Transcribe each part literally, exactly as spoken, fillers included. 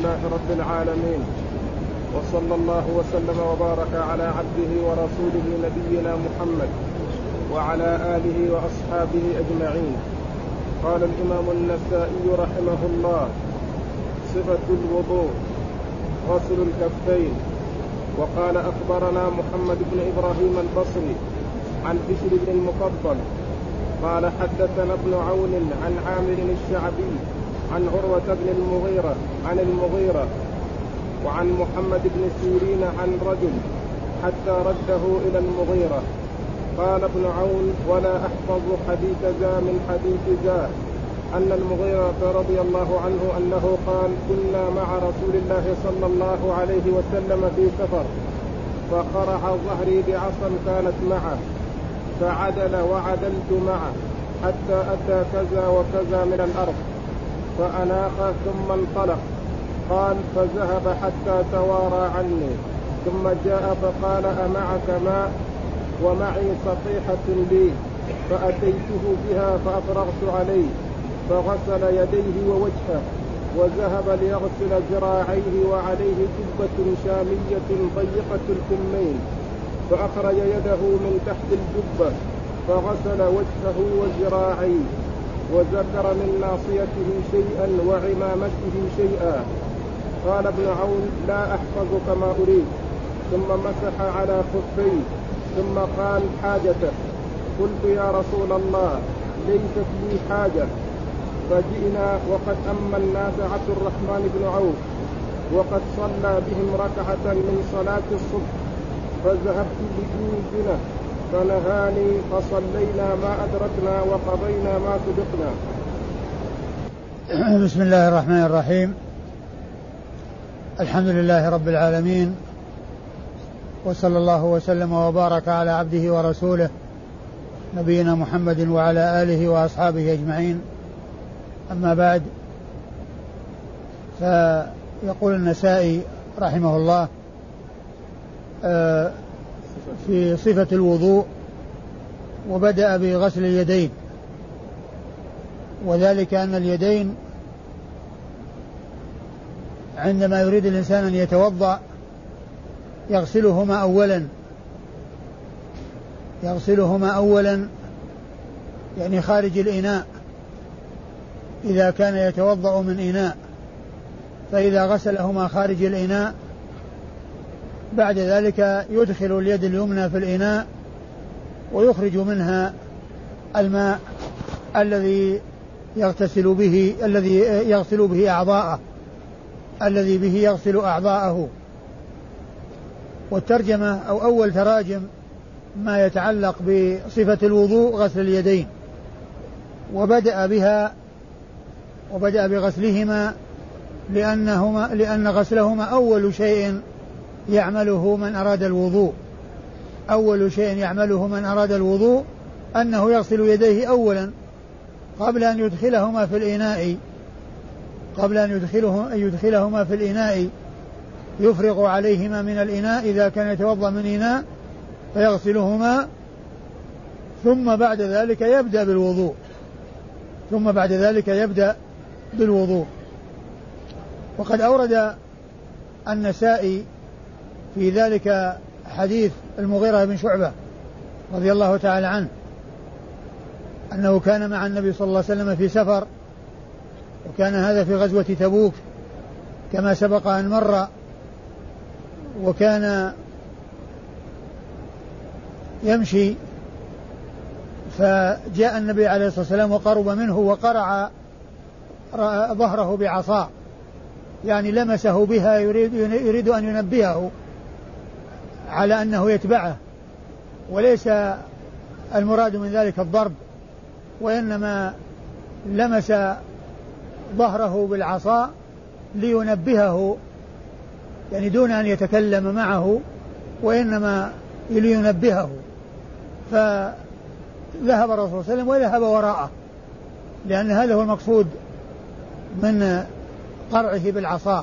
لله رب العالمين، وصلى الله وسلم وبارك على عبده ورسوله نبينا محمد وعلى آله وأصحابه أجمعين. قال الإمام النسائي رحمه الله: صفة الوضوء غسل الكفين. وقال أخبرنا محمد بن إبراهيم البصري عن بشر بن المفضل قال حدثنا ابن عون عن عامر الشعبي عن عروة بن المغيرة عن المغيرة وعن محمد بن سيرين عن رجل حتى رده إلى المغيرة. قال ابن عون: ولا أحفظ حديث ذا من حديث ذا أن المغيرة رضي الله عنه أنه قال: كنا مع رسول الله صلى الله عليه وسلم في سفر فقرع ظهري بعصا كانت معه فعدل وعدلت معه حتى أتى كذا وكذا من الأرض فأناخ ثم انطلق. قال: فذهب حتى توارى عني ثم جاء فقال: أمعك ماء؟ ومعي صفيحة لي، فأتيته بها فأفرغت عليه فغسل يديه ووجهه وذهب ليغسل ذراعيه وعليه جبة شامية ضيقة الكمين، فأخرج يده من تحت الجبة فغسل وجهه وذراعيه وذكر من ناصيته شيئا وعمامته شيئا. قال ابن عون: لا أحفظ كما أريد. ثم مسح على خفيه ثم قال: حاجته. قلت: يا رسول الله ليست لي حاجة. فجئنا وقد أما الناس عبد الرحمن بن عوف وقد صلى بهم ركعة من صلاة الصبح، فذهبت لجوزنا فنهاني فصلينا ما أدركنا وقضينا ما سبقنا. بسم الله الرحمن الرحيم. الحمد لله رب العالمين، وصلى الله وسلم وبارك على عبده ورسوله نبينا محمد وعلى آله وأصحابه أجمعين. أما بعد، فيقول النسائي رحمه الله في صفة الوضوء: وبدأ بغسل اليدين، وذلك أن اليدين عندما يريد الإنسان أن يتوضأ يغسلهما أولا يغسلهما أولا يعني خارج الإناء إذا كان يتوضأ من إناء، فإذا غسلهما خارج الإناء بعد ذلك يدخل اليد اليمنى في الإناء ويخرج منها الماء الذي يغتسل به الذي يغسل به أعضاءه الذي به يغسل أعضاءه. والترجمة أو أول تراجم ما يتعلق بصفة الوضوء غسل اليدين، وبدأ بها وبدأ بغسلهما لأنهما لأن غسلهما أول شيء يعمله من أراد الوضوء أول شيء يعمله من أراد الوضوء أنه يغسل يديه أولا قبل أن يدخلهما في الإناء قبل أن يدخله أن يدخلهما في الإناء يفرغ عليهما من الإناء إذا كان يتوضأ من إناء فيغسلهما، ثم بعد ذلك يبدأ بالوضوء ثم بعد ذلك يبدأ بالوضوء. وقد أورد النسائي في ذلك حديث المغيرة بن شعبة رضي الله تعالى عنه أنه كان مع النبي صلى الله عليه وسلم في سفر، وكان هذا في غزوة تبوك كما سبق أن مر، وكان يمشي فجاء النبي عليه الصلاة والسلام وقرب منه وقرع ظهره بعصا، يعني لمسه بها يريد, يريد أن ينبهه على أنه يتبعه، وليس المراد من ذلك الضرب، وإنما لمس ظهره بالعصا لينبهه، يعني دون أن يتكلم معه، وإنما لينبهه. فذهب الرسول صلى الله عليه وسلم وذهب وراءه، لأن هذا هو المقصود من قرعه بالعصا،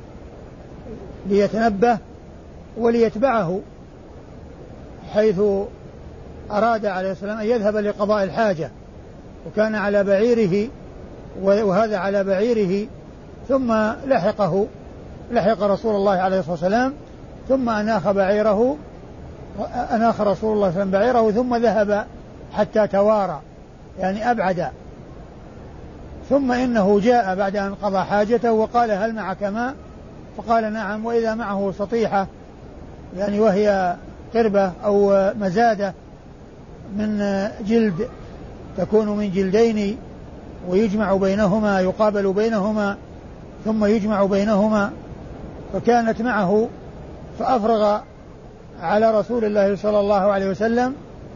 ليتنبه وليتبعه، حيث أراد عليه السلام أن يذهب لقضاء الحاجة، وكان على بعيره وهذا على بعيره، ثم لحقه لحق رسول الله عليه الصلاة والسلام ثم أناخ بعيره أناخ رسول الله صلى الله عليه وسلم بعيره ثم ذهب حتى توارى يعني أبعد. ثم إنه جاء بعد أن قضى حاجته وقال هل معك ماء؟ فقال نعم، وإذا معه سطيحة يعني وهي قربة أو مزادة من جلد تكون من جلدين ويجمع بينهما يقابل بينهما ثم يجمع بينهما، فكانت معه فأفرغ على رسول الله صلى الله عليه وسلم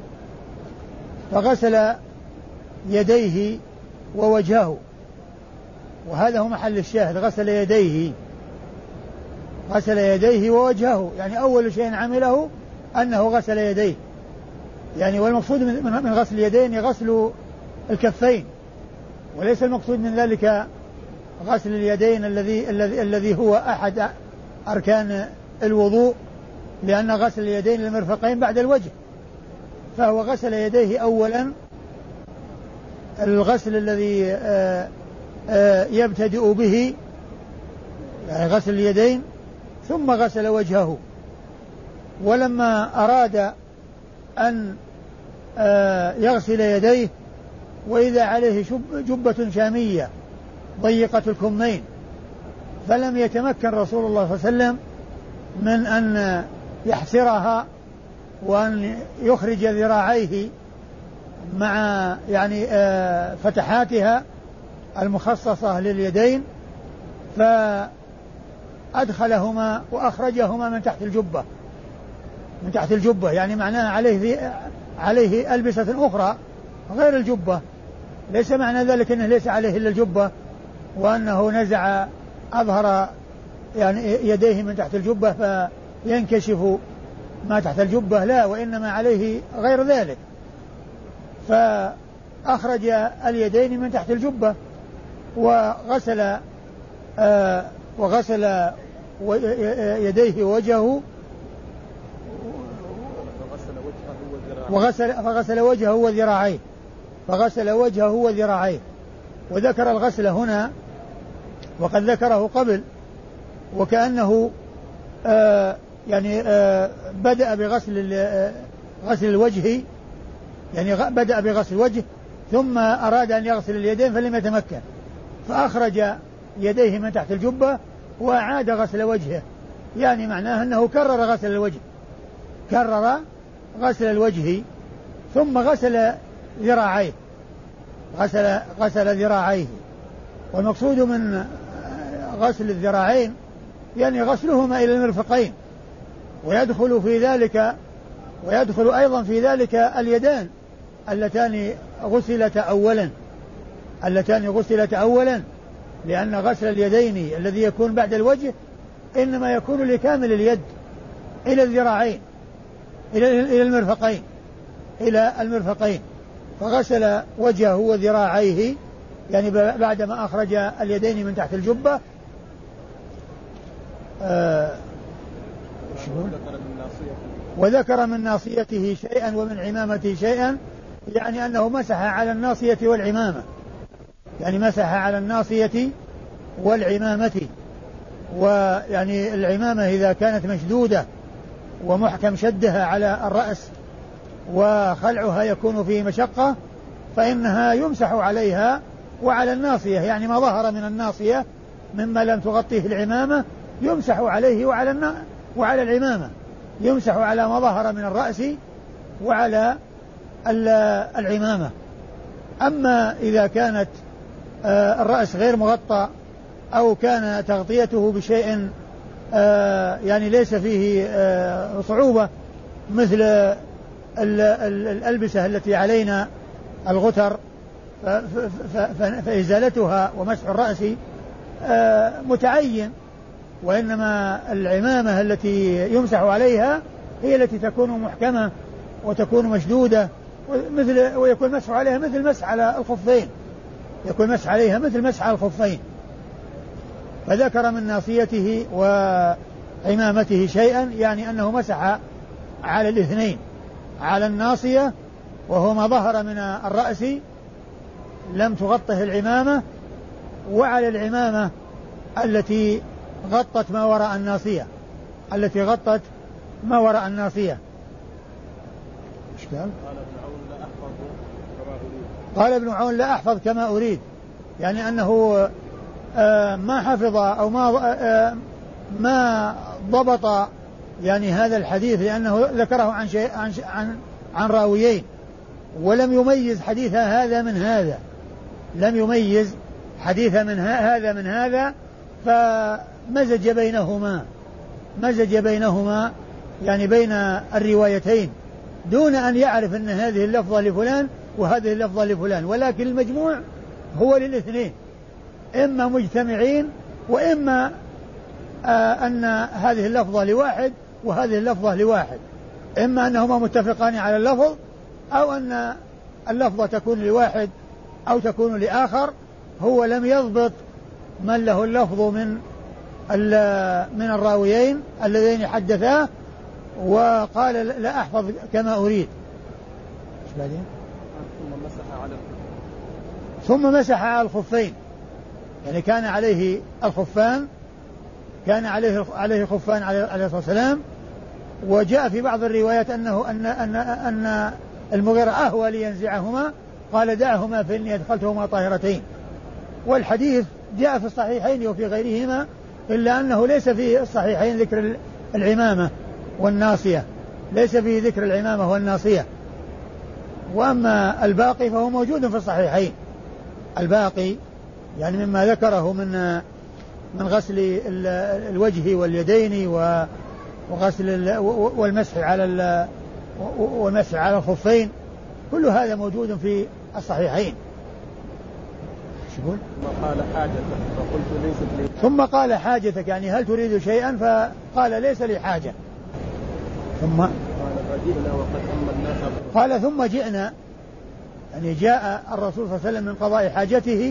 فغسل يديه ووجهه، وهذا هو محل الشاهد، غسل يديه غسل يديه ووجهه، يعني أول شيء عمله أنه غسل يديه، يعني والمقصود من غسل اليدين غسل الكفين، وليس المقصود من ذلك غسل اليدين الذي الذي الذي هو أحد أركان الوضوء، لأن غسل اليدين للمرفقين بعد الوجه، فهو غسل يديه أولا الغسل الذي آآ آآ يبتدئ به يعني غسل اليدين، ثم غسل وجهه. ولما أراد أن يغسل يديه وإذا عليه جبة شامية ضيقة الكمين، فلم يتمكن رسول الله صلى الله عليه وسلم من أن يحسرها وأن يخرج ذراعيه مع يعني فتحاتها المخصصة لليدين، فأدخلهما وأخرجهما من تحت الجبة من تحت الجبة يعني معناها عليه عليه ألبسة أخرى غير الجبة، ليس معنى ذلك أنه ليس عليه إلا الجبة وأنه نزع أظهر يعني يديه من تحت الجبة فينكشف ما تحت الجبة، لا، وإنما عليه غير ذلك، فأخرج اليدين من تحت الجبة وغسل آه وغسل يديه ووجهه وغسل فغسل وجهه وذراعيه فغسل وجهه وذراعيه وذكر الغسل هنا وقد ذكره قبل، وكأنه آه يعني آه بدأ بغسل آه غسل الوجه، يعني بدأ بغسل الوجه ثم أراد أن يغسل اليدين فلم يتمكن، فأخرج يديه من تحت الجبة وأعاد غسل وجهه، يعني معناه أنه كرر غسل الوجه كرر غسل الوجه ثم غسل ذراعيه غسل غسل ذراعيه والمقصود من غسل الذراعين يعني غسلهما إلى المرفقين، ويدخل في ذلك ويدخل أيضا في ذلك اليدان اللتان غسلتا أولا اللتان غسلتا أولا لأن غسل اليدين الذي يكون بعد الوجه إنما يكون لكامل اليد إلى الذراعين إلى إلى المرفقين إلى المرفقين فغسل وجهه وذراعيه يعني بعدما أخرج اليدين من تحت الجبة. آه وذكر من ناصيته شيئا ومن عمامته شيئا، يعني أنه مسح على الناصية والعمامة، يعني مسح على الناصية والعمامة، ويعني العمامة إذا كانت مشدودة ومحكم شدها على الرأس وخلعها يكون فيه مشقة فإنها يمسح عليها وعلى الناصية، يعني ما ظهر من الناصية مما لم تغطيه العمامة يمسح عليه وعلى النا... وعلى العمامة يمسح على ما ظهر من الرأس وعلى العمامة. أما إذا كانت الرأس غير مغطى أو كان تغطيته بشيء يعني ليس فيه صعوبة مثل الألبسة التي علينا الغتر فإزالتها ومسح الرأس متعين، وإنما العمامة التي يمسح عليها هي التي تكون محكمة وتكون مشدودة مثل ويكون مسح عليها مثل مسح على الخفين يكون مسح عليها مثل مسح على الخفين. فذكر من ناصيته وعمامته شيئا، يعني أنه مسح على الاثنين، على الناصية وهو ما ظهر من الرأس لم تغطه العمامة، وعلى العمامة التي غطت ما وراء الناصية، التي غطت ما وراء الناصية. إيش قال؟ قال ابن عون لا أحفظ كما أريد، يعني أنه آه ما حفظ أو ما آه ما ضبط يعني هذا الحديث، لأنه ذكره عن شيء عن عن, عن راويين، ولم يميز حديث هذا من هذا، لم يميز حديث من هذا من هذا، فمزج بينهما مزج بينهما يعني بين الروايتين دون أن يعرف أن هذه اللفظة لفلان وهذه اللفظة لفلان، ولكن المجموع هو للاثنين، إما مجتمعين وإما آه أن هذه اللفظة لواحد وهذه اللفظة لواحد، إما أنهما متفقان على اللفظ أو أن اللفظة تكون لواحد أو تكون لآخر. هو لم يضبط من له اللفظ من من الراويين اللذين حدثاه، وقال لا أحفظ كما أريد. ثم مسح على ثم مسح على الخفين، يعني كان عليه الخفان، كان عليه عليه خفان عليه الصلاة والسلام. وجاء في بعض الروايات أنه أن أن أن المغيرة أهوى لينزعهما، قال دعهما فإني أدخلتهما طاهرتين. والحديث جاء في الصحيحين وفي غيرهما، إلا أنه ليس في الصحيحين ذكر العمامة والناصية، ليس فيه ذكر العمامة والناصية. وأما الباقي فهو موجود في الصحيحين، الباقي يعني مما ذكره من من غسل الوجه واليدين وغسل والمسح على والمسح على الخفين، كل هذا موجود في الصحيحين. ثم قال حاجتك فقلت ليست لي. ثم قال حاجتك يعني هل تريد شيئا؟ فقال ليس لي حاجة. ثم قال فجئنا وقد أما الناس. قال ثم جئنا، يعني جاء الرسول صلى الله عليه وسلم من قضاء حاجته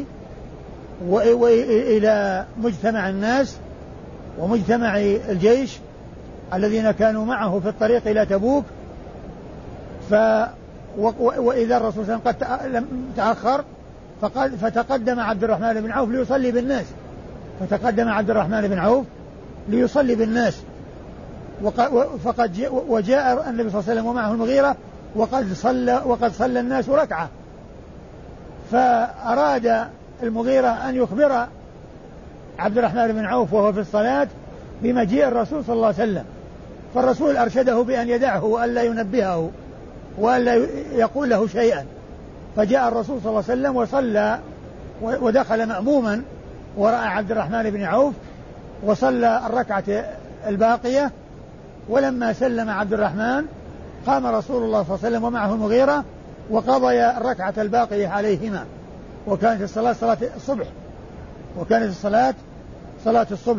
وإلى مجتمع الناس ومجتمع الجيش الذين كانوا معه في الطريق إلى تبوك. ف وإذا الرسول صلى الله عليه وسلم قد تأخر فقد فتقدم عبد الرحمن بن عوف ليصلي بالناس فتقدم عبد الرحمن بن عوف ليصلي بالناس فقد وجاء النبي صلى الله عليه وسلم ومعه المغيرة وقد صلى وقد صلى الناس ركعة. فأراد المغيرة أن يخبر عبد الرحمن بن عوف وهو في الصلاة بمجيء الرسول صلى الله عليه وسلم، فالرسول أرشده بأن يدعه وألا ينبهه وألا يقول له شيئا. فجاء الرسول صلى الله عليه وسلم وصلى ودخل مأموما ورأى عبد الرحمن بن عوف وصلى الركعة الباقية. ولما سلم عبد الرحمن قام رسول الله صلى الله عليه وسلم ومعه المغيرة وقضي الركعة الباقية عليهما، وكانت الصلاة صلاة الصبح وكانت الصلاة صلاة الصبح.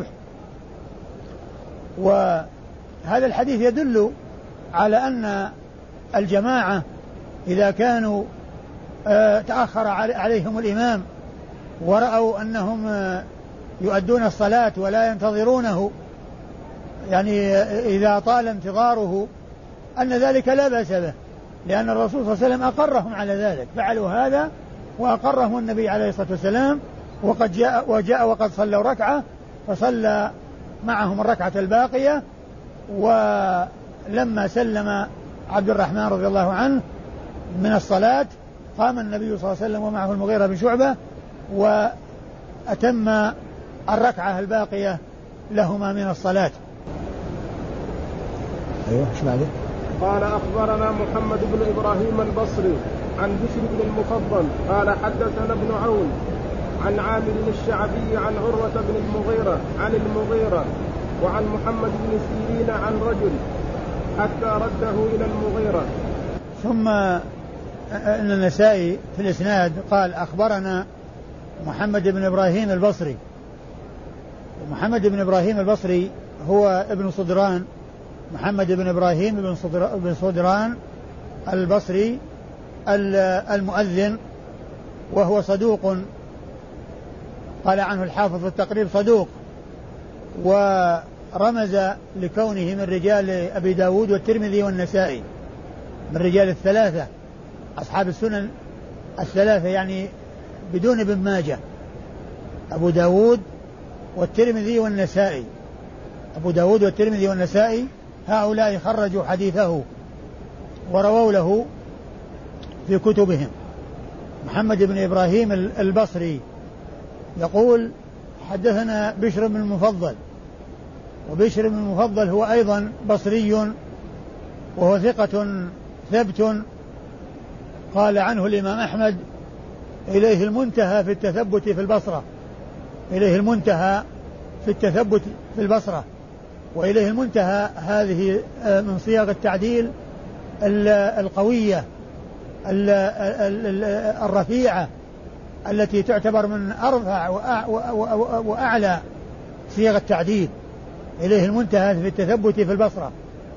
وهذا الحديث يدل على أن الجماعة إذا كانوا تأخر عليهم الإمام ورأوا أنهم يؤدون الصلاة ولا ينتظرونه، يعني إذا طال انتظاره أن ذلك لا بأس به، لأن الرسول صلى الله عليه وسلم أقرهم على ذلك، فعلوا هذا وأقرهم النبي عليه الصلاة والسلام. وقد جاء وجاء وقد صلوا ركعة فصلى معهم الركعة الباقية. ولما سلم عبد الرحمن رضي الله عنه من الصلاة قام النبي صلى الله عليه وسلم ومعه المغيرة بن شعبة وأتم الركعة الباقية لهما من الصلاة. أيوة ايش بعده؟ قال أخبرنا محمد بن إبراهيم البصري عن بشر بن المفضل قال حدثنا ابن عون عن عامر الشعبي عن عروة بن المغيرة عن المغيرة وعن محمد بن سيرين عن رجل حتى رده إلى المغيرة. ثم أن النسائي في الإسناد قال أخبرنا محمد بن إبراهيم البصري. محمد بن إبراهيم البصري هو ابن صدران، محمد بن إبراهيم بن صدران البصري المؤذن، وهو صدوق، قال عنه الحافظ في التقريب صدوق، ورمز لكونه من رجال أبي داود والترمذي والنسائي، من رجال الثلاثة أصحاب السنن الثلاثة، يعني بدون ابن ماجه، أبو داود والترمذي والنسائي. أبو داود والترمذي والنسائي هؤلاء خرجوا حديثه ورووا له في كتبهم. محمد بن إبراهيم البصري يقول حدثنا بشر بن المفضل، وبشر بن المفضل هو أيضا بصري وهو ثقة ثبت، قال عنه الإمام أحمد إليه المنتهى في التثبت في البصرة، إليه المنتهى في التثبت في البصرة. وإليه المنتهى هذه من صيغ التعديل القوية الرفيعة التي تعتبر من أرفع وأعلى صيغ التعديل. إليه المنتهى في التثبت في البصرة،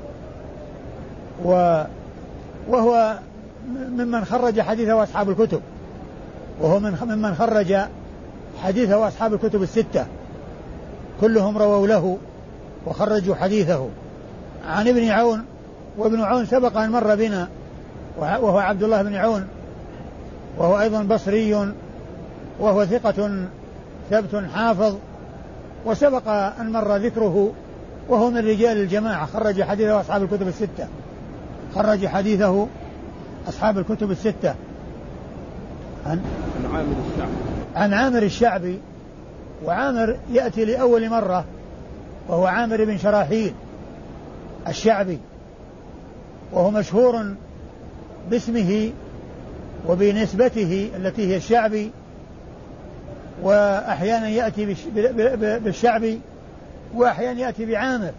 وهو ممن خرج حديثه أصحاب الكتب، وهو ممن خرج حديثه أصحاب الكتب الستة، كلهم رووا له وخرجوا حديثه. عن ابن عون، وابن عون سبق أن مر بنا، وهو عبد الله بن عون، وهو أيضا بصري، وهو ثقة ثبت حافظ، وسبق أن مر ذكره، وهو من رجال الجماعة، خرج حديثه أصحاب الكتب الستة، خرج حديثه أصحاب الكتب الستة. عن عامر الشعبي عن عامر الشعبي، وعامر يأتي لأول مرة، وهو عامر بن شراحيل الشعبي، وهو مشهور باسمه وبنسبته التي هي الشعبي، وأحيانا يأتي بالشعبي وأحيانا يأتي بعامر،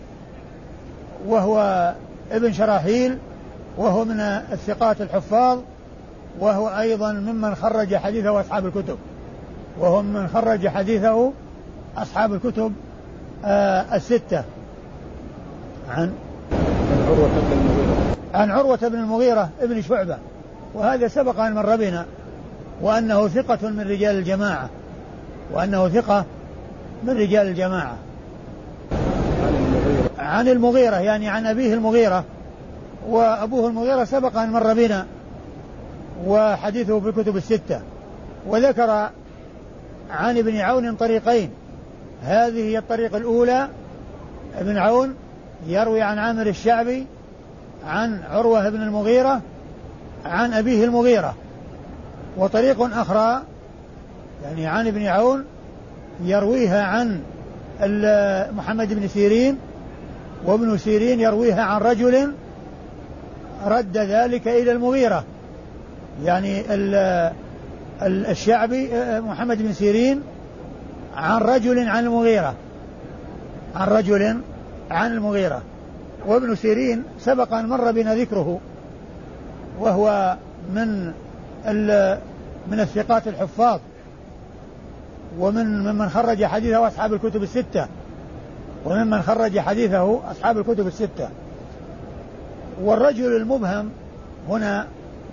وهو ابن شراحيل، وهو من الثقات الحفاظ، وهو أيضا ممن خرج حديثه أصحاب الكتب، وهو من خرج حديثه أصحاب الكتب آه الستة. عن عروة بن المغيرة عن عروة بن المغيرة ابن شعبة، وهذا سبق أن مر بنا، وأنه ثقة من رجال الجماعة، وأنه ثقة من رجال الجماعة. عن المغيرة عن المغيرة يعني عن أبيه المغيرة، وأبوه المغيرة سبق أن مر بنا، وحديثه في الكتب الستة. وذكر عن ابن عون طريقين، هذه هي الطريق الأولى، ابن عون يروي عن عامر الشعبي عن عروة بن المغيرة عن أبيه المغيرة. وطريق أخرى يعني عن ابن عون يرويها عن محمد بن سيرين، وابن سيرين يرويها عن رجل رد ذلك إلى المغيرة، يعني الشعبي محمد بن سيرين عن رجل عن المغيرة، عن رجل عن المغيرة. وابن سيرين سبق أن مر بنا ذكره، وهو من من الثقات الحفاظ، ومن ممن خرج حديثه أصحاب الكتب الستة، وممن خرج حديثه أصحاب الكتب الستة. والرجل المبهم هنا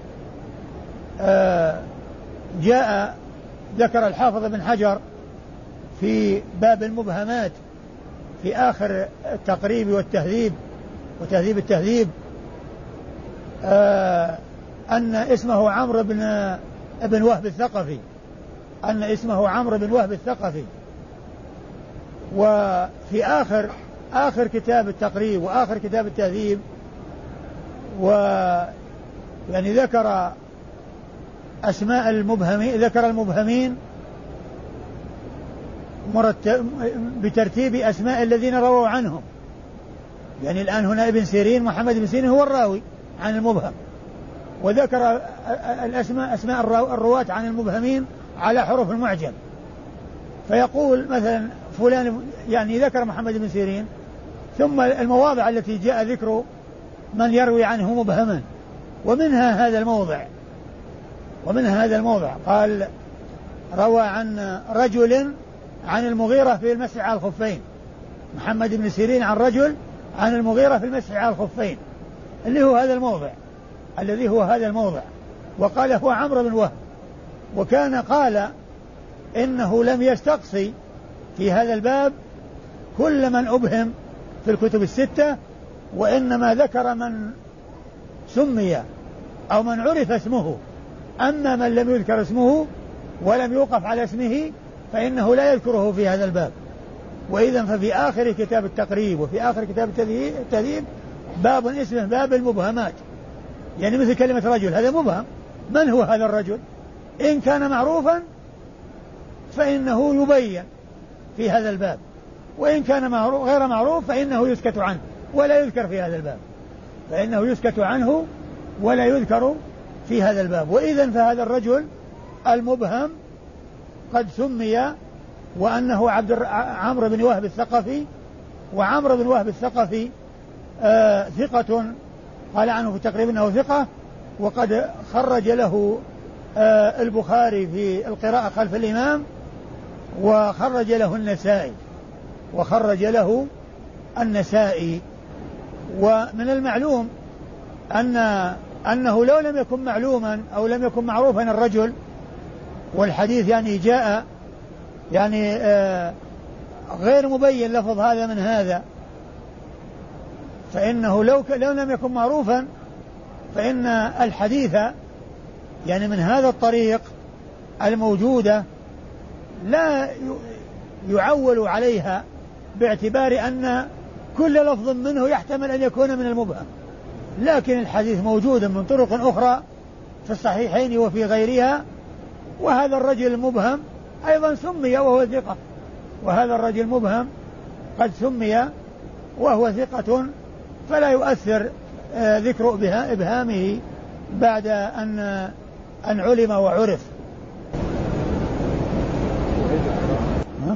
آه جاء ذكر الحافظ بن حجر في باب المبهمات في آخر التقريب والتهذيب وتهذيب التهذيب آه أن اسمه عمرو بن ابن وهب الثقفي، أن اسمه عمرو بن وهب الثقفي. وفي آخر آخر كتاب التقريب وآخر كتاب التهذيب و يعني ذكر أسماء المبهمين، ذكر المبهمين مرتب بترتيب أسماء الذين رووا عنهم. يعني الآن هنا ابن سيرين محمد بن سيرين هو الراوي عن المبهم، وذكر الأسماء أسماء الرواة عن المبهمين على حروف المعجم، فيقول مثلا فلان، يعني ذكر محمد بن سيرين، ثم المواضع التي جاء ذكر من يروي عنه مبهما، ومنها هذا الموضع ومنها هذا الموضع قال روى عن رجل عن المغيرة في المسح على الخفين، محمد بن سيرين عن رجل عن المغيرة في المسح على الخفين، اللي هو هذا الموضع الذي هو هذا الموضع. وقال هو عمرو بن وهب، وكان قال إنه لم يستقصي في هذا الباب كل من أبهم في الكتب الستة، وإنما ذكر من سمي أو من عرف اسمه، أما من لم يذكر اسمه ولم يوقف على اسمه فإنه لا يذكره في هذا الباب. وإذا ففي آخر كتاب التقريب وفي آخر كتاب التهذيب باب اسمه باب المبهمات، يعني مثل كلمة رجل، هذا مبهم، من هو هذا الرجل؟ إن كان معروفا فإنه يبين في هذا الباب، وإن كان غير معروف فإنه يسكت عنه ولا يذكر في هذا الباب، فإنه يسكت عنه ولا يذكر في هذا الباب. وإذا فهذا الرجل المبهم قد سمي وأنه عبد عمرو بن وهب الثقفي، وعمرو بن وهب الثقفي آه ثقة، قال عنه في تقريب أنه ثقة، وقد خرج له آه البخاري في القراءة خلف الإمام، وخرج له النسائي وخرج له النسائي. ومن المعلوم أن أنه لو لم يكن معلوما أو لم يكن معروفا الرجل، والحديث يعني جاء يعني آه غير مبين لفظ هذا من هذا، فإنه لو لو لم يكن معروفا فإن الحديث يعني من هذا الطريق الموجودة لا يعول عليها باعتبار أن كل لفظ منه يحتمل أن يكون من المبهم، لكن الحديث موجود من طرق أخرى في الصحيحين وفي غيرها، وهذا الرجل المبهم أيضا سمي وهو ثقة، وهذا الرجل المبهم قد سمي وهو ثقة، فلا يؤثر آه ذكر إبهامه بعد أن أن علم وعرف. ها؟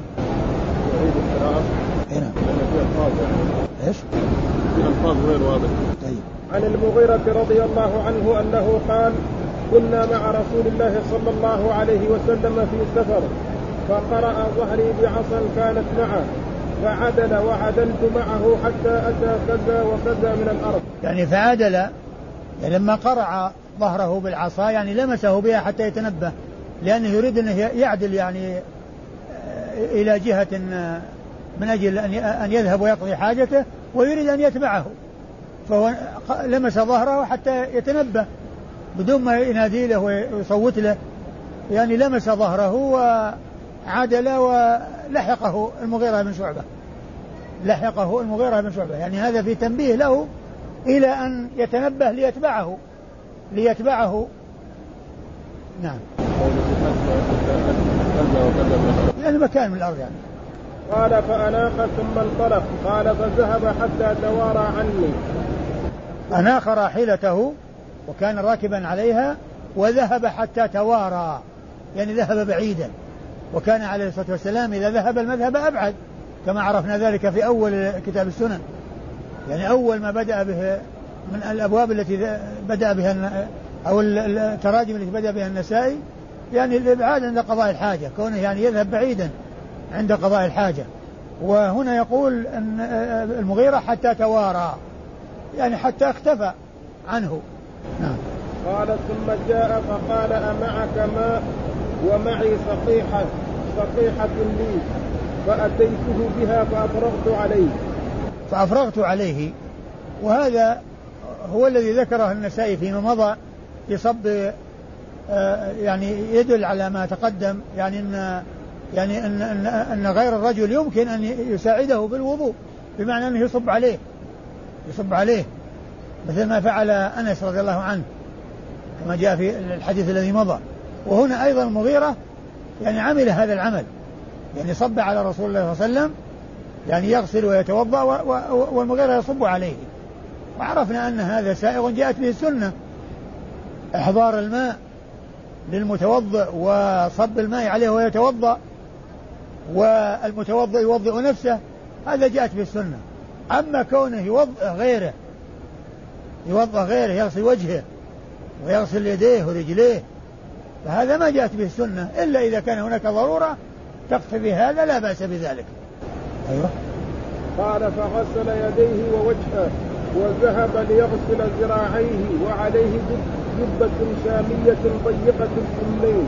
هنا ايش؟ في ألفاظ غير واضح. طيب. عن المغيرة رضي الله عنه أنه قال: كنا مع رسول الله صلى الله عليه وسلم في سفر، فقرأ ظهري بعصا كانت معه، فعدل وعدلت معه حتى أتى كذا وكذا من الأرض. يعني فعدل، يعني لما قرع ظهره بالعصا يعني لمسه بها حتى يتنبه، لأنه يريد أن يعدل يعني إلى جهة من أجل أن يذهب ويقضي حاجته، ويريد أن يتبعه، فهو لمس ظهره حتى يتنبه بدون ما ينادي له ويصوت له، يعني لمس ظهره وعدل ولحقه المغيرة بن شعبة لحقه المغيرة بن شعبة يعني هذا في تنبيه له إلى أن يتنبه ليتبعه ليتبعه نعم، يعني مكان من الأرض يعني. قال: فأناخ ثم انطلق. قال: فذهب حتى توارى عني. أناخ راحلته وكان راكبا عليها، وذهب حتى توارى، يعني ذهب بعيدا، وكان عليه الصلاة والسلام إذا ذهب المذهب أبعد، كما عرفنا ذلك في أول كتاب السنن، يعني أول ما بدأ به من الأبواب التي بدأ بها أو التراجم التي بدأ بها النسائي، يعني الإبعاد عند قضاء الحاجة، كونه يعني يذهب بعيدا عند قضاء الحاجة. وهنا يقول أن المغيرة حتى توارى، يعني حتى اختفى عنه. نعم. قال: ثم جاء فقال: أمعك ماء؟ ومعي صقيحة صقيحة لي، فأتيته بها فأفرغت عليه فأفرغت عليه وهذا هو الذي ذكره النسائي فيما مضى في صب، يعني يدل على ما تقدم، يعني أن يعني أن, أن, أن غير الرجل يمكن أن يساعده بالوضوء، بمعنى أنه يصب عليه يصب عليه مثل ما فعل أنس رضي الله عنه كما جاء في الحديث الذي مضى. وهنا أيضا المغيرة يعني عمل هذا العمل، يعني صب على رسول الله صلى الله عليه وسلم، يعني يغسل ويتوضأ والمغيرة يصب عليه. وعرفنا أن هذا سائغ جاءت به السنة، إحضار الماء للمتوضئ وصب الماء عليه ويتوضأ، والمتوضئ يوضئ نفسه، هذا جاءت به السنة. أما كونه يوضئ غيره يوضئ غيره يغسل وجهه ويغسل يديه ورجليه، فهذا ما جاءت به السنة، إلا إذا كان هناك ضرورة تقتضي هذا لا بأس بذلك. أيوة. قال: فغسل يديه ووجهه وذهب ليغسل ذراعيه وعليه جبة شامية ضيقة الكمين.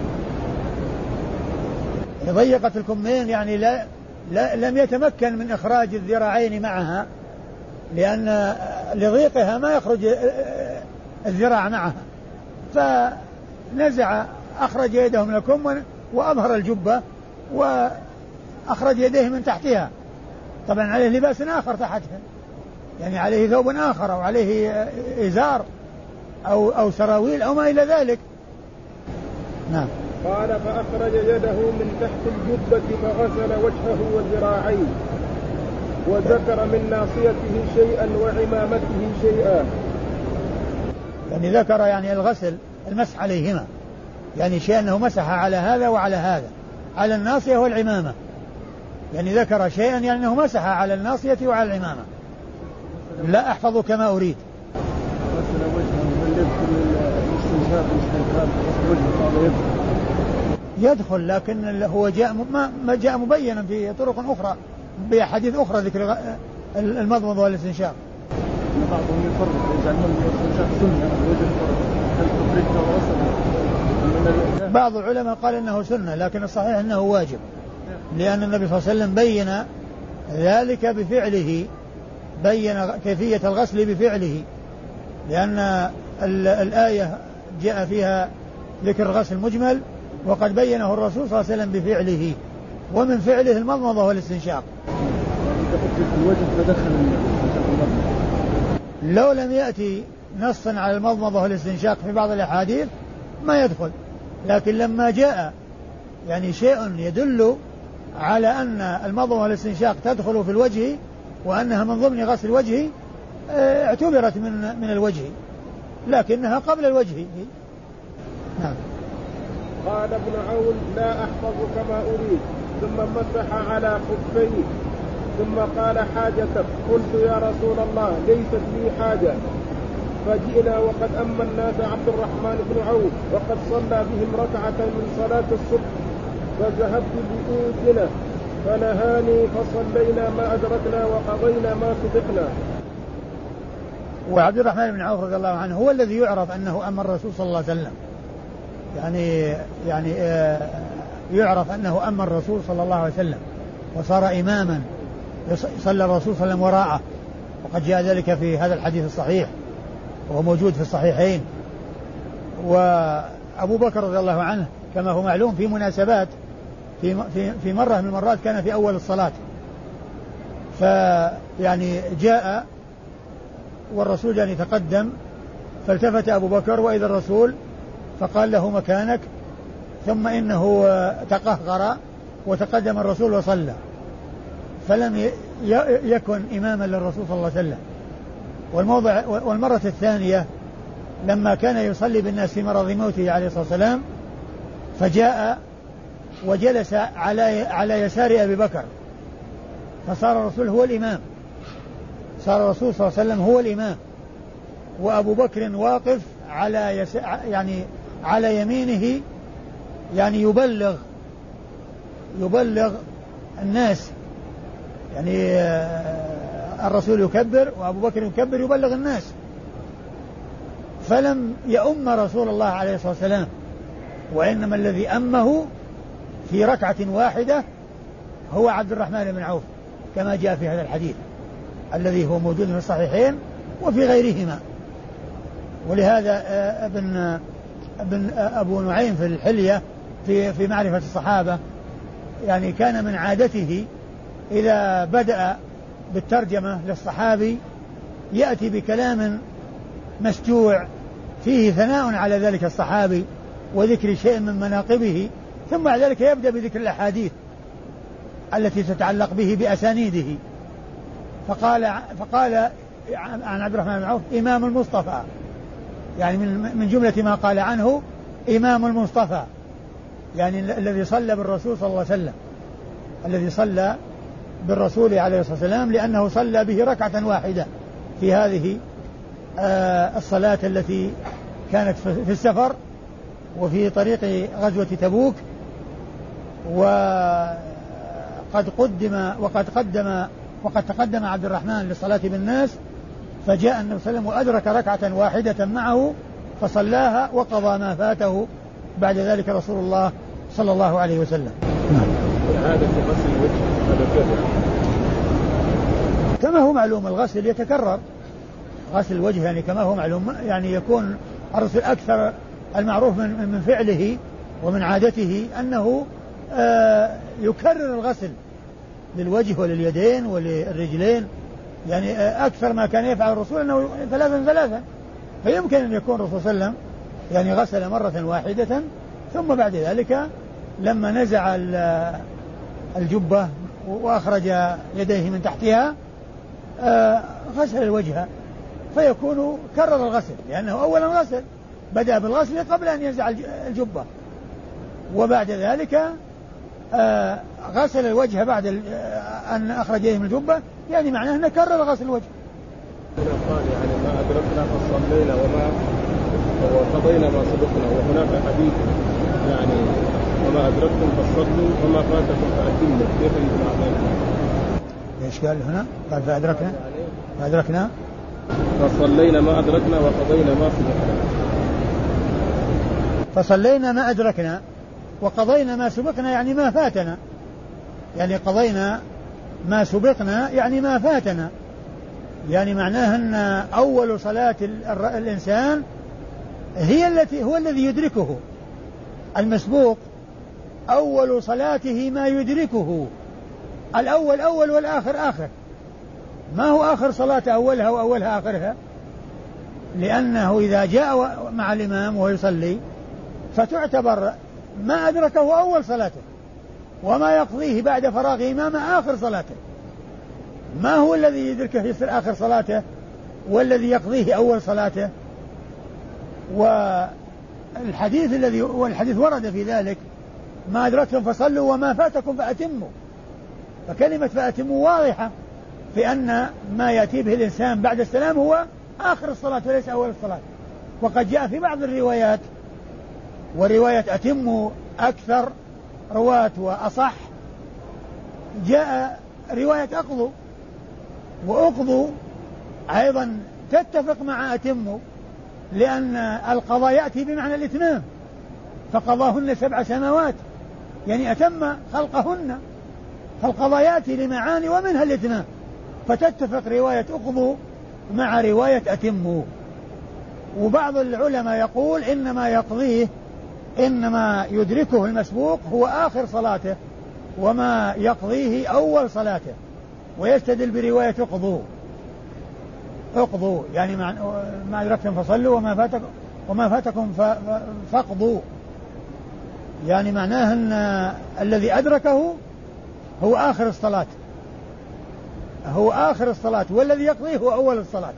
ضيقة الكمين يعني لا, لا لم يتمكن من إخراج الذراعين معها، لأن لضيقها ما يخرج الذراع معها، فنزع أخرج يده من الكم وأظهر الجبة وأخرج يديه من تحتها، طبعا عليه لباس آخر تحتها، يعني عليه ثوب آخر أو عليه إزار أو, أو سراويل أو ما إلى ذلك. نعم. قال فأخرج يده من تحت الجبة فغسل وجهه وذراعيه، وذكر من ناصيته شيئا وعمامته شيئا. يعني ذكر يعني الغسل المسح عليهما، يعني شيء أنه مسح على هذا وعلى هذا، على الناصية والعمامة، يعني ذكر شيئا يعني أنه مسح على الناصية وعلى العمامة. لا أحفظ كما أريد. غسل وجهه من الاستنشاق وجهه يدخل، لكن هو جاء ما جاء مبينا في طرق أخرى بحديث أخرى ذكر المضمضة والاستنشاق. بعضهم يفرق يجعل الاستنشاق سنة وجه فرق. بعض العلماء قال إنه سنة، لكن الصحيح أنه واجب، لأن النبي صلى الله عليه وسلم بين ذلك بفعله، بين كيفية الغسل بفعله، لأن الآية جاء فيها ذكر الغسل مجمل، وقد بينه الرسول صلى الله عليه وسلم بفعله، ومن فعله المضمضة والاستنشاق. لو لم يأتي نصا على المضمضة والاستنشاق في بعض الأحاديث ما يدخل، لكن لما جاء يعني شيء يدل على أن المضمضة والاستنشاق تدخل في الوجه وأنها من ضمن غسل الوجه اعتبرت من من الوجه، لكنها قبل الوجه. نعم. قال ابن عون لا أحفظ كما أريد، ثم مسح على خفيه، ثم قال حاجتك؟ قلت يا رسول الله ليست لي حاجة. فجئنا وقد أما الناس عبد الرحمن بن عوف وقد صلى بهم ركعة من صلاة الصبح، فذهبت بأوتنا فنهاني فصلينا ما أدركنا وقضينا ما سبقنا. وعبد الرحمن بن عوف رضي الله عنه هو الذي يعرف أنه أمر الرسول صلى الله عليه وسلم، يعني يعني يعرف أنه أمر الرسول صلى الله عليه وسلم وصار إماما، صلى الرسول صلى الله عليه وسلم وراءه، وقد جاء ذلك في هذا الحديث الصحيح وهو موجود في الصحيحين. وأبو بكر رضي الله عنه كما هو معلوم في مناسبات، في في مرة من المرات كان في أول الصلاة، فيعني جاء والرسول يعني تقدم، فالتفت أبو بكر وإذا الرسول فقال له مكانك، ثم إنه تقهقر وتقدم الرسول وصلى، فلم يكن إماما للرسول صلى الله عليه وسلم. والموضع والمرة الثانية لما كان يصلي بالناس في مرض موته عليه الصلاة والسلام، فجاء وجلس على على يسار أبي بكر، فصار الرسول هو الإمام، صار الرسول صلى الله عليه وسلم هو الإمام، وأبو بكر واقف على يس... يعني على يمينه، يعني يبلغ يبلغ الناس، يعني الرسول يكبر وأبو بكر يكبر يبلغ الناس، فلم يؤم رسول الله عليه الصلاة والسلام، وإنما الذي أمه في ركعة واحدة هو عبد الرحمن بن عوف، كما جاء في هذا الحديث الذي هو موجود في الصحيحين وفي غيرهما. ولهذا ابن ابن أبو نعيم في الحلية في في معرفة الصحابة يعني كان من عادته إذا بدأ بالترجمة للصحابي يأتي بكلام مسجوع فيه ثناء على ذلك الصحابي وذكر شيء من مناقبه، ثم بعد ذلك يبدأ بذكر الأحاديث التي تتعلق به بأسانيده. فقال فقال عن عبد الرحمن بن عوف إمام المصطفى، يعني من جملة ما قال عنه إمام المصطفى، يعني الذي صلى بالرسول صلى الله عليه وسلم، الذي صلى بالرسول عليه الصلاة والسلام، لأنه صلى به ركعة واحدة في هذه الصلاة التي كانت في السفر وفي طريق غزوة تبوك. وقد قدم وقد قدم وقد تقدم عبد الرحمن للصلاة بالناس، فجاء النبي صلى الله عليه وسلم وأدرك ركعة واحدة معه فصلاها وقضى ما فاته بعد ذلك رسول الله صلى الله عليه وسلم. هذا في غسل الوجه كما هو معلوم الغسل يتكرر، غسل الوجه يعني كما هو معلوم يعني يكون الرسول أكثر المعروف من من فعله ومن عادته أنه آه يكرر الغسل للوجه ولليدين وللرجلين، يعني آه أكثر ما كان يفعل الرسول أنه ثلاثا ثلاثا، فيمكن أن يكون الرسول صلى الله عليه وسلم يعني غسل مرة واحدة، ثم بعد ذلك لما نزع الجبة وأخرج يديه من تحتها آه غسل الوجه، فيكون كرر الغسل، لأنه أولا غسل بدأ بالغسل قبل أن ينزع الجبة، وبعد ذلك آه غسل الوجه بعد أن أخرج يديه من الجبة، يعني معناه أنه كرر غسل الوجه. هنا قال يعني ما أدركنا فصلينا وما وقضينا ما سبقنا، وهناك حديث يعني وما أدركتم فصلوا وما فاتكم فأتموا، كيف يجمع؟ ايش قال هنا؟ قال فأدركنا فأدركنا فصلينا ما أدركنا وقضينا ما سبقنا. فصلينا ما أدركنا وقضينا ما سبقنا يعني ما فاتنا، يعني قضينا ما سبقنا يعني ما فاتنا، يعني معناه أن أول صلاة الإنسان هي التي هو الذي يدركه، المسبوق أول صلاته ما يدركه، الأول أول والآخر آخر، ما هو آخر صلاة أولها وأولها آخرها، لأنه إذا جاء مع الإمام وهو يصلي فتعتبر ما أدركه أول صلاته، وما يقضيه بعد فراغ إمامه آخر صلاته، ما هو الذي يدركه يصير آخر صلاته والذي يقضيه أول صلاته. والحديث الذي والحديث ورد في ذلك ما أدركتم فصلوا وما فاتكم فأتموا، فكلمة فأتموا واضحة في أن ما يأتي به الإنسان بعد السلام هو آخر الصلاة وليس أول الصلاة. وقد جاء في بعض الروايات، ورواية أتموا أكثر رواة وأصح، جاء رواية أقضوا، وأقضوا أيضا تتفق مع أتموا، لأن القضاء يأتي بمعنى الإتمام، فقضاهن سبع سنوات يعني أتم خلقهن، فالقضاء يأتي لمعاني ومنها الإتمام، فتتفق رواية أقضوا مع رواية أتموا. وبعض العلماء يقول إنما يقضيه إنما يدركه المسبوق هو آخر صلاته، وما يقضيه أول صلاته، ويستدل برواية أقضوا أقضوا يعني ما أدركتم فصلوا وما فاتكم وما فاتكم فاقضوا، يعني معناه أن الذي أدركه هو آخر الصلاة، هو آخر الصلاة، والذي يقضيه هو أول الصلاة.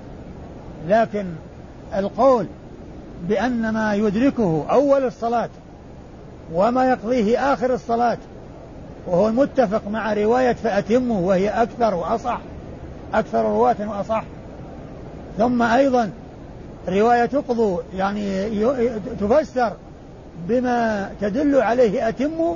لكن القول بأن ما يدركه أول الصلاة وما يقضيه آخر الصلاة وهو المتفق مع رواية فأتمه وهي أكثر وأصح، أكثر رواة وأصح. ثم أيضا رواية أقضوا يعني تفسر بما تدل عليه أتموا،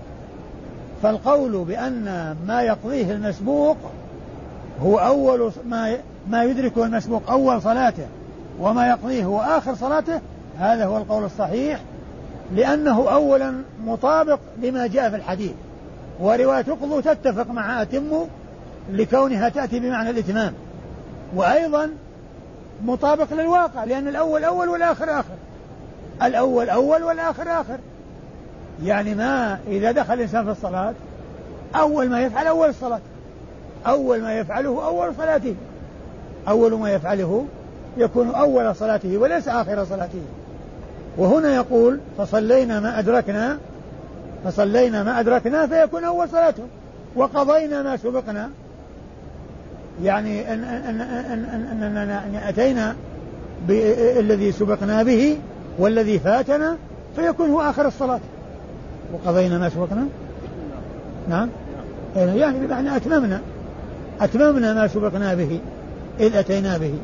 فالقول بأن ما يقضيه المسبوق هو أول ما ما يدركه المسبوق أول صلاته وما يقضيه هو آخر صلاته، هذا هو القول الصحيح، لأنه أولا مطابق لما جاء في الحديث، ورواية أقضوا تتفق مع أتموا لكونها تأتي بمعنى الإتمام، وأيضا مطابق للواقع، لأن الأول أول والآخر آخر، الأول أول والآخر آخر، يعني ما إذا دخل الإنسان في الصلاة أول ما يفعل أول الصلاة، أول ما يفعله أول صلاته، أول ما يفعله يكون أول صلاته وليس آخر صلاته. وهنا يقول فصلينا ما أدركنا، فصلينا ما أدركنا فيكون أول صلاته، وقضينا ما سبقنا يعني أن أن أن أن أن أتينا بالذي سبقنا به والذي فاتنا فيكون هو آخر الصلاة، وقضينا ما سبقنا نعم يعني بمعنى أتممنا أتممنا ما سبقنا به إذ أتينا به.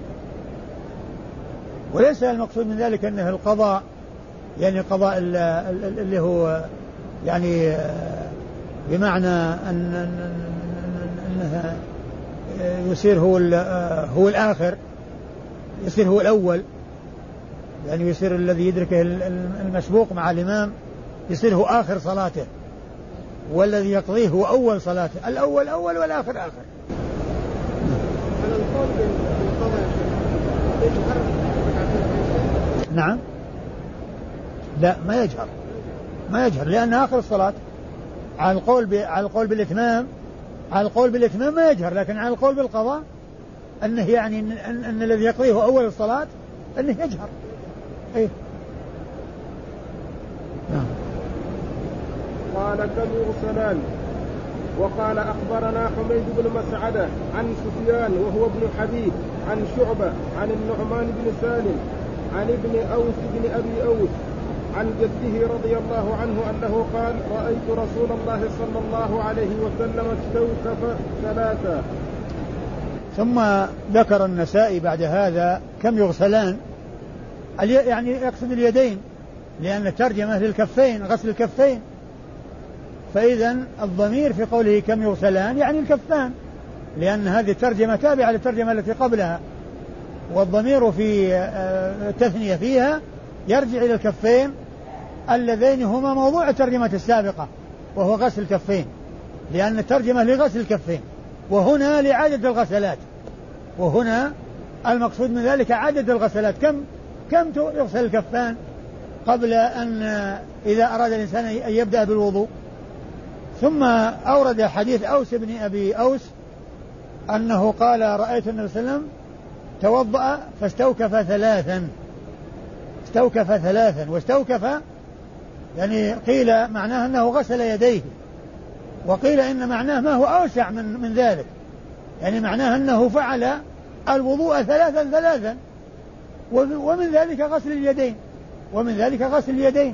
وليس المقصود من ذلك أنه القضاء يعني قضاء اللي هو يعني بمعنى أن أنه يصير هو هو الآخر، يصير هو الأول، يعني يصير الذي يدركه المسبوق مع الإمام يصير هو آخر صلاته، والذي يقضيه هو أول صلاته، الأول أول والآخر آخر. نعم لا ما يجهر ما يجهر لأن آخر الصلاة على القول ب... على القول بالإتمام على القول بالإتمام ما يجهر، لكن على القول بالقضاء أنه يعني أن, أن, أن الذي يقضيه أول الصلاة أنه يجهر. إيه؟ نعم. قال كم يغسلان؟ وقال أخبرنا حميد بن مسعدة عن سفيان وهو ابن حبيب عن شعبة عن النعمان بن سالم عن ابن أوس بن أبي أوس عن جده رضي الله عنه أنه قال رأيت رسول الله صلى الله عليه وسلم استوكف ثلاثا. ثم ذكر النسائي بعد هذا كم يغسلان، يعني يقصد اليدين، لأن الترجمة للكفين غسل الكفين، فإذا الضمير في قوله كم يغسلان يعني الكفان، لأن هذه الترجمة تابعة للترجمة التي قبلها، والضمير في التثنية فيها يرجع إلى الكفين اللذين هما موضوع الترجمة السابقة وهو غسل الكفين، لأن الترجمة لغسل الكفين وهنا لعدد الغسلات، وهنا المقصود من ذلك عدد الغسلات، كم كم يغسل الكفان قبل أن إذا أراد الإنسان أن يبدأ بالوضوء. ثم أورد حديث أوس بن أبي أوس أنه قال رأيت النبي صلى الله عليه وسلم توضأ فاستوكف ثلاثا، استوكف ثلاثا، واستوكف يعني قيل معناه أنه غسل يديه، وقيل إن معناه ما هو أوسع من, من ذلك، يعني معناه أنه فعل الوضوء ثلاثا ثلاثا، ومن ذلك غسل اليدين ومن ذلك غسل اليدين.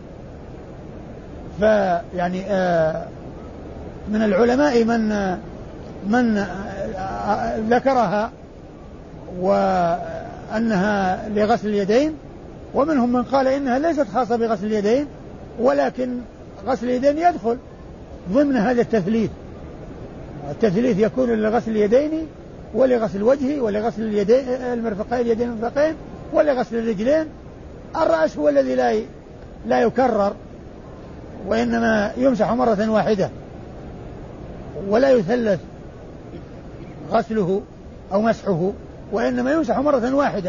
فيعني آه من العلماء من من آه ذكرها وأنها لغسل اليدين، ومنهم من قال إنها ليست خاصة بغسل اليدين، ولكن غسل اليدين يدخل ضمن هذا التثليث. التثليث يكون لغسل اليدين ولغسل الوجه ولغسل اليدين المرفقين اليدين المرفقين ولغسل الرجلين. الرأس هو الذي لا لا يكرر، وإنما يمسح مرة واحدة ولا يثلث غسله أو مسحه، وإنما يمسح مرة واحدة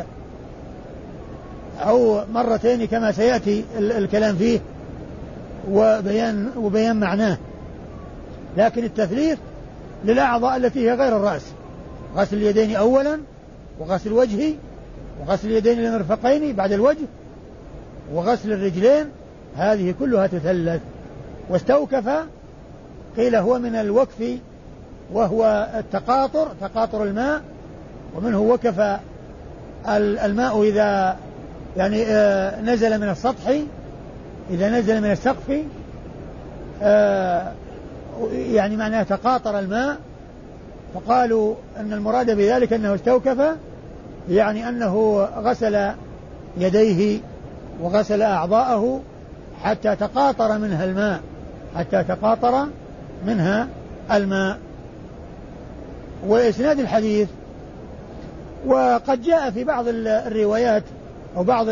أو مرتين كما سيأتي الكلام فيه وبيان, وبيان معناه. لكن التثليث للأعضاء التي هي غير الرأس، غسل اليدين أولا وغسل الوجه وغسل اليدين للمرفقين بعد الوجه وغسل الرجلين، هذه كلها تثلث. واستوكف قيل هو من الوكف وهو التقاطر، تقاطر الماء، ومنه وكف الماء إذا يعني آه نزل من السطح، إذا نزل من السقف آه يعني معناه تقاطر الماء. فقالوا أن المراد بذلك أنه استوكف، يعني أنه غسل يديه وغسل أعضاءه حتى تقاطر منها الماء، حتى تقاطر منها الماء. وإسناد الحديث وقد جاء في بعض الروايات أو بعض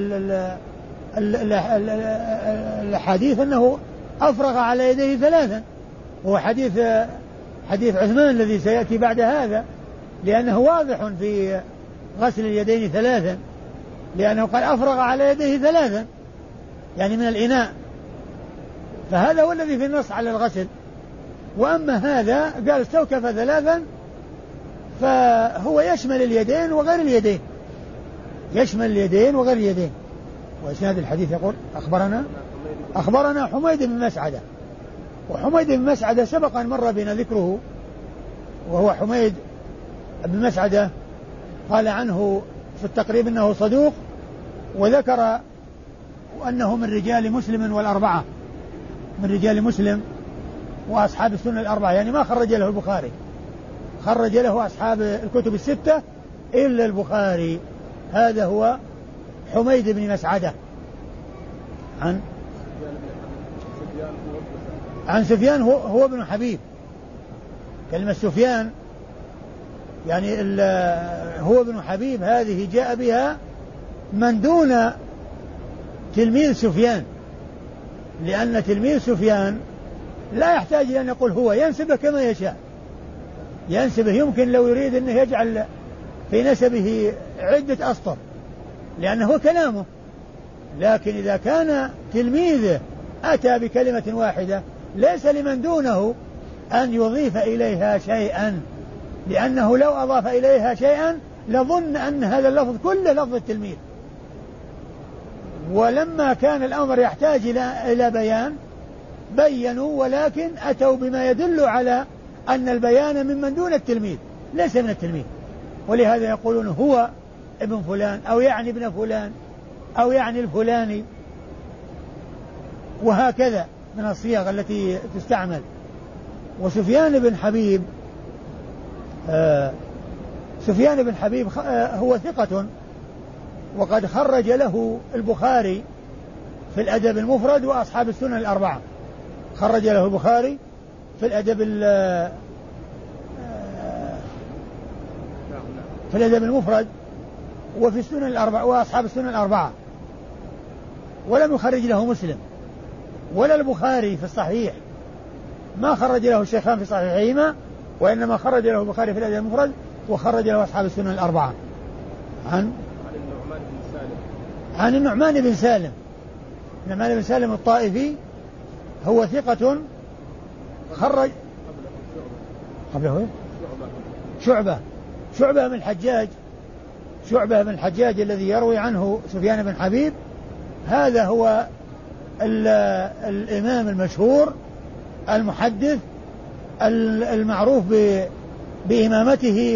الحديث أنه أفرغ على يديه ثلاثا، وهو حديث حديث عثمان الذي سيأتي بعد هذا، لأنه واضح في غسل اليدين ثلاثا، لأنه قال أفرغ على يديه ثلاثا يعني من الإناء، فهذا هو الذي في النص على الغسل. وأما هذا قال استوكف ثلاثا، فهو يشمل اليدين وغير اليدين، يشمل اليدين وغير اليدين. وإسناد الحديث يقول أخبرنا أخبرنا حميد بن مسعدة، وحميد بن مسعدة سبق أن مر بنا ذكره، وهو حميد بن مسعدة قال عنه في التقريب أنه صدوق، وذكر أنه من رجال مسلم والأربعة، من رجال مسلم وأصحاب السنة الأربعة، يعني ما خرج له البخاري، خرج له أصحاب الكتب الستة إلا البخاري. هذا هو حميد بن مسعدة عن عن سفيان هو, هو ابن حبيب. كلمة سفيان يعني هو ابن حبيب هذه جاء بها من دون تلميذ سفيان، لأن تلميذ سفيان لا يحتاج إلى أن يقول هو، ينسبه كما يشاء، ينسبه يمكن لو يريد أنه يجعل في نسبه عدة أسطر لأنه هو كلامه، لكن إذا كان تلميذه أتى بكلمة واحدة ليس لمن دونه أن يضيف إليها شيئا، لأنه لو أضاف إليها شيئا لظن أن هذا اللفظ كله لفظ التلميذ، ولما كان الأمر يحتاج إلى بيان بينوا، ولكن أتوا بما يدل على أن البيان ممن دون التلميذ ليس من التلميذ، ولهذا يقولون هو ابن فلان أو يعني ابن فلان أو يعني الفلاني، وهكذا من الصيغ التي تستعمل. وسفيان بن حبيب آه سفيان بن حبيب آه هو ثقة، وقد خرج له البخاري في الأدب المفرد وأصحاب السنن الأربعة. خرج له البخاري في الأدب في الأدب المفرد وفي السنن الأربعة وأصحاب السنن الأربعة، ولم يخرج له مسلم ولا البخاري في الصحيح، ما خرج له الشيخان في صحيحهما، وإنما خرج له البخاري في الأدب المفرد وخرج له أصحاب السنن الأربعة. عن عن النعمان بن سالم. النعمان بن سالم الطائفي هو ثقة خرج قبله شعبة شعبة من الحجاج شعبة من الحجاج الذي يروي عنه سفيان بن حبيب، هذا هو الإمام المشهور المحدث المعروف بإمامته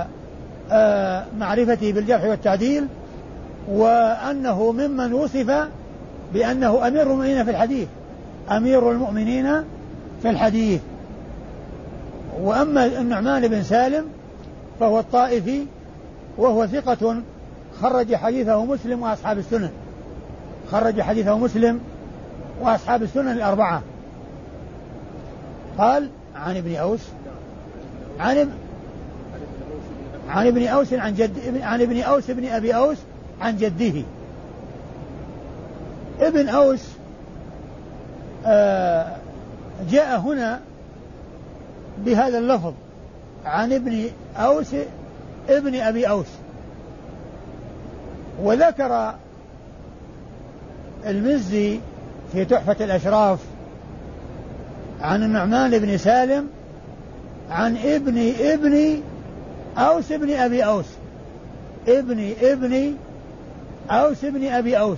ومعرفته بالجرح والتعديل، وأنه ممن وصف بأنه أمير المؤمنين في الحديث أمير المؤمنين في الحديث. وأما النعمان بن سالم فهو الطائفي وهو ثقة خرج حديثه مسلم وأصحاب السنن خرج حديثه مسلم وأصحاب السنن الأربعة. قال عن ابن أوس عن عن ابن أوس عن جد عن ابن أوس بن أبي أوس عن جده. ابن أوس آه جاء هنا بهذا اللفظ عن ابن أوس ابن أبي أوس، وذكر المزي في تحفة الأشراف عن النعمان بن سالم عن ابن ابن أوس ابن أبي أوس ابن ابن أوس ابن أبي أوس،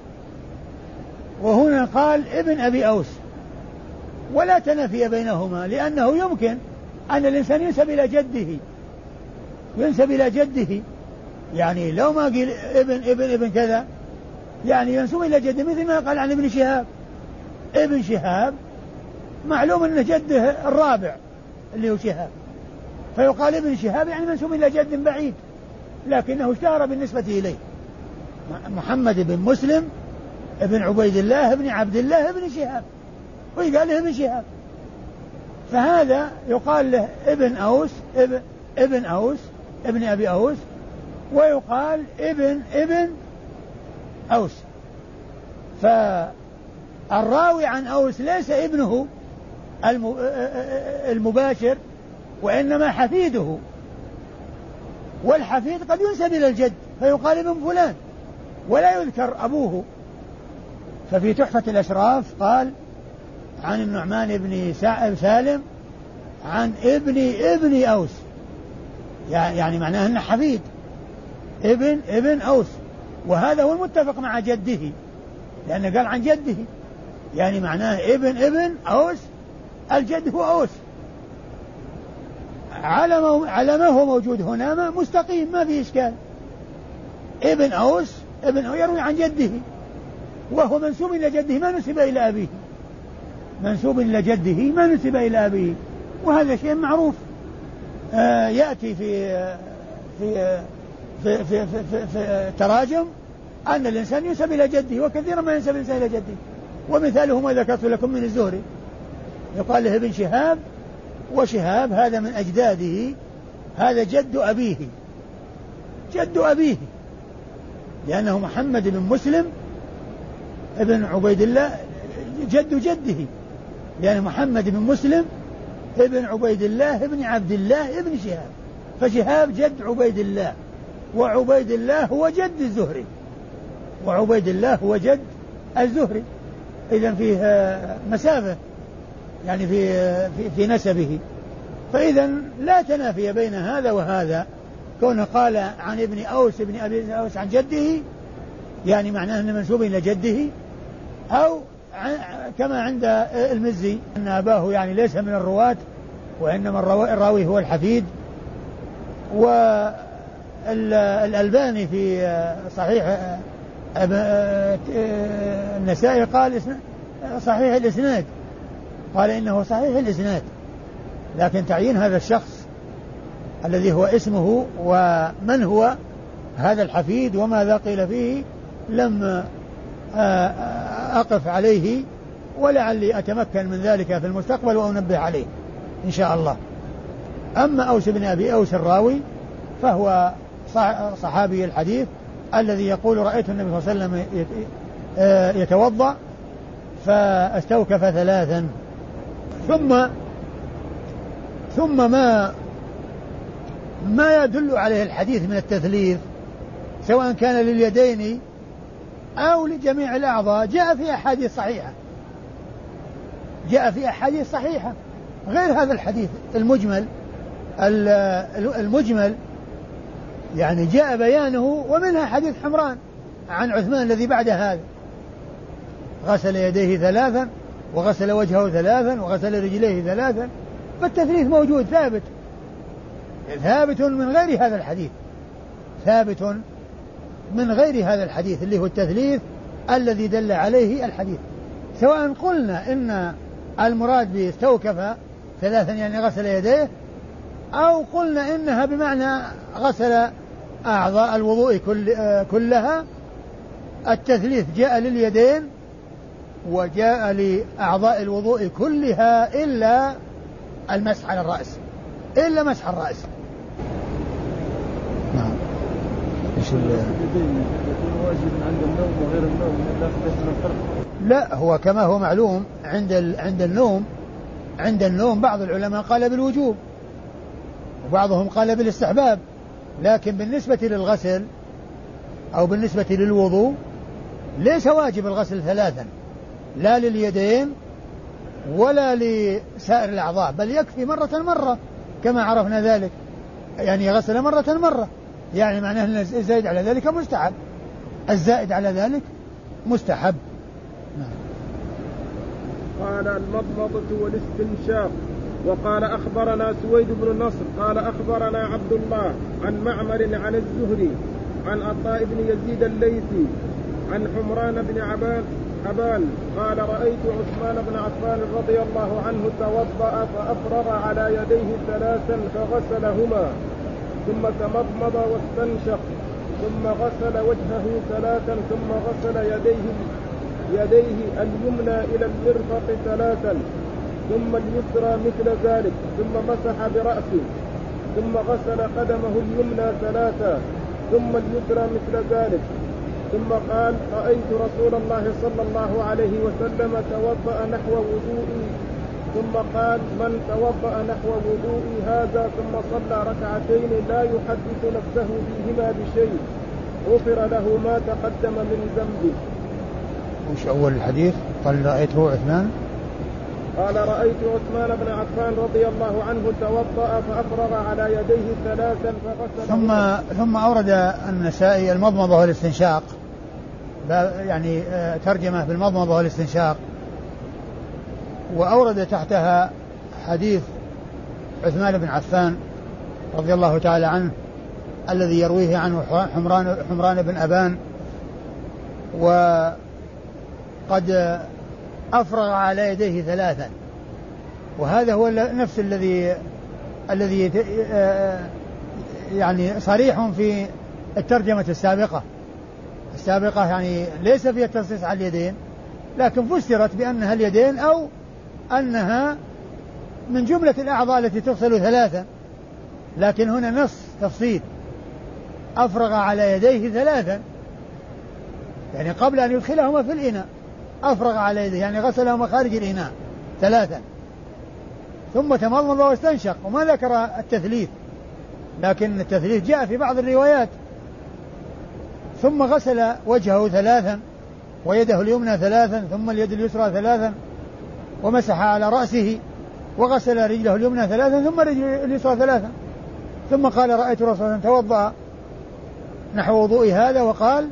وهنا قال ابن أبي أوس، ولا تنافي بينهما، لأنه يمكن أن الإنسان ينسب إلى جده ينسب إلى جده يعني لو ما قيل ابن ابن ابن كذا يعني ينسب إلى جده، مثل ما قال عن ابن شهاب ابن شهاب معلوم أن جده الرابع اللي هو شهاب، فيقال ابن شهاب يعني منسوب إلى جد بعيد، لكنه اشتهر بالنسبة إليه. محمد بن مسلم ابن عبيد الله ابن عبد الله ابن شهاب، ويقال له ابن شهاب، فهذا يقال له ابن أوس ابن, ابن أوس ابن أبي أوس، ويقال ابن ابن أوس. فالراوي عن أوس ليس ابنه المباشر، وإنما حفيده، والحفيد قد ينسب إلى الجد فيقال ابن فلان ولا يذكر أبوه. ففي تحفة الأشراف قال عن النعمان بن سالم عن ابن ابن أوس، يعني معناه أنه حفيد ابن ابن أوس، وهذا هو المتفق مع جده، لأنه قال عن جده، يعني معناه ابن ابن أوس، الجد هو أوس، على ما هو موجود هنا ما مستقيم ما في إشكال. ابن أوس ابن أوس يروي عن جده، وهو منسوب إلى جده ما نسب إلى أبيه، منسوب إلى جده ما نسب إلى أبيه، وهذا شيء معروف. آه يأتي في في في في, في, في, في تراجم أن الإنسان ينسب إلى جده، وكثيرا ما ينسب الإنسان إلى جده، ومثاله ما ذكرت لكم من الزهري، يقال له ابن شهاب، وشهاب هذا من أجداده، هذا جد أبيه جد أبيه لأنه محمد بن مسلم ابن عبيد الله جد جده، لأن محمد بن مسلم ابن عبيد الله ابن عبد الله ابن شهاب، فشهاب جد عبيد الله، وعبيد الله هو جد الزهري، وعبيد الله هو جد الزهري، إذن فيه مسافة يعني في, في, في نسبه. فإذا لا تنافي بين هذا وهذا، كونه قال عن ابن أوس ابن أبي أوس عن جده يعني معناه أنه منسوب إلى جده، أو كما عند المزي أن أباه يعني ليس من الرواة وإنما الراوي هو الحفيد. والألباني في صحيح النسائي قال صحيح الإسناد، قال إنه صحيح الإسناد، لكن تعيين هذا الشخص الذي هو اسمه ومن هو هذا الحفيد وماذا قيل فيه لم أقف عليه، ولعلي أتمكن من ذلك في المستقبل وأنبه عليه إن شاء الله. أما أوس بن أبي أوس الراوي فهو صحابي الحديث الذي يقول رأيت النبي صلى الله عليه وسلم يتوضأ فاستوكف ثلاثا. ثم ثم ما ما يدل عليه الحديث من التثليث سواء كان لليدين أو لجميع الأعضاء جاء في أحاديث صحيحة، جاء في أحاديث صحيحة غير هذا الحديث المجمل. المجمل يعني جاء بيانه، ومنها حديث حمران عن عثمان الذي بعد هذا، غسل يديه ثلاثا وغسل وجهه ثلاثا وغسل رجليه ثلاثا، فالتثليث موجود ثابت ثابت من غير هذا الحديث، ثابت من غير هذا الحديث اللي هو التثليث الذي دل عليه الحديث. سواء قلنا إن المراد باستوكف ثلاثا يعني غسل يديه، أو قلنا إنها بمعنى غسل أعضاء الوضوء كل كلها. التثليث جاء لليدين وجاء لأعضاء الوضوء كلها إلا المسح على الرأس، إلا مسح الرأس. نعم. إيش عند النوم وغير النوم لا، هو كما هو معلوم عند عند النوم عند النوم بعض العلماء قال بالوجوب وبعضهم قال بالاستحباب، لكن بالنسبة للغسل أو بالنسبة للوضوء ليس واجب الغسل ثلاثا، لا لليدين ولا لسائر الأعضاء، بل يكفي مرة مرة كما عرفنا ذلك، يعني غسل مرة مرة، يعني معناه أن الزائد على ذلك مستحب، الزائد على ذلك مستحب. نعم. قال المضمضة والاستنشاق. وقال أخبرنا سويد بن نصر قال أخبرنا عبد الله عن معمر عن الزهري عن عطاء بن يزيد الليثي عن حمران بن عبان عبان قال رأيت عثمان بن عفان رضي الله عنه توضأ فأفرغ على يديه ثلاثا فغسلهما ثم تمضمض واستنشق ثم غسل وجهه ثلاثا ثم غسل يديه يديه اليمنى إلى المرفق ثلاثا ثم اليسرى مثل ذلك ثم مسح برأسه ثم غسل قدمه اليمنى ثلاثا ثم اليسرى مثل ذلك ثم قال رأيت رسول الله صلى الله عليه وسلم توضأ نحو وضوئي ثم قال من توضأ نحو وضوئي هذا ثم صلى ركعتين لا يحدث نفسه فيهما بشيء غفر له ما تقدم من ذنبه. وش أول الحديث؟ قال رأيته عثمان قال رأيت عثمان بن عفان رضي الله عنه توضأ فأفرغ على يديه ثلاثا فغسل ثم ثم أورد النسائي المضمضة والاستنشاق، يعني ترجمة بالمضمضة والاستنشاق، وأورد تحتها حديث عثمان بن عفان رضي الله تعالى عنه الذي يرويه عنه حمران, حمران بن أبان، وقد أفرغ على يديه ثلاثا، وهذا هو نفس الذي الذي يعني صريح في الترجمة السابقة السابقة يعني ليس فيها التنصيص على اليدين، لكن فسرت بأنها اليدين أو أنها من جملة الأعضاء التي تغسل ثلاثا، لكن هنا نص تفصيل أفرغ على يديه ثلاثا، يعني قبل أن يدخلهما في الإناء أفرغ على يديه يعني غسلهما خارج الإناء ثلاثا ثم تمضمض واستنشق، وما ذكر التثليث، لكن التثليث جاء في بعض الروايات. ثم غسل وجهه ثلاثا ويده اليمنى ثلاثا ثم اليد اليسرى ثلاثا ومسح على رأسه وغسل رجله اليمنى ثلاثا ثم رجله اليسرى ثلاثا، ثم قال رأيت رسول الله توضأ نحو وضوء هذا، وقال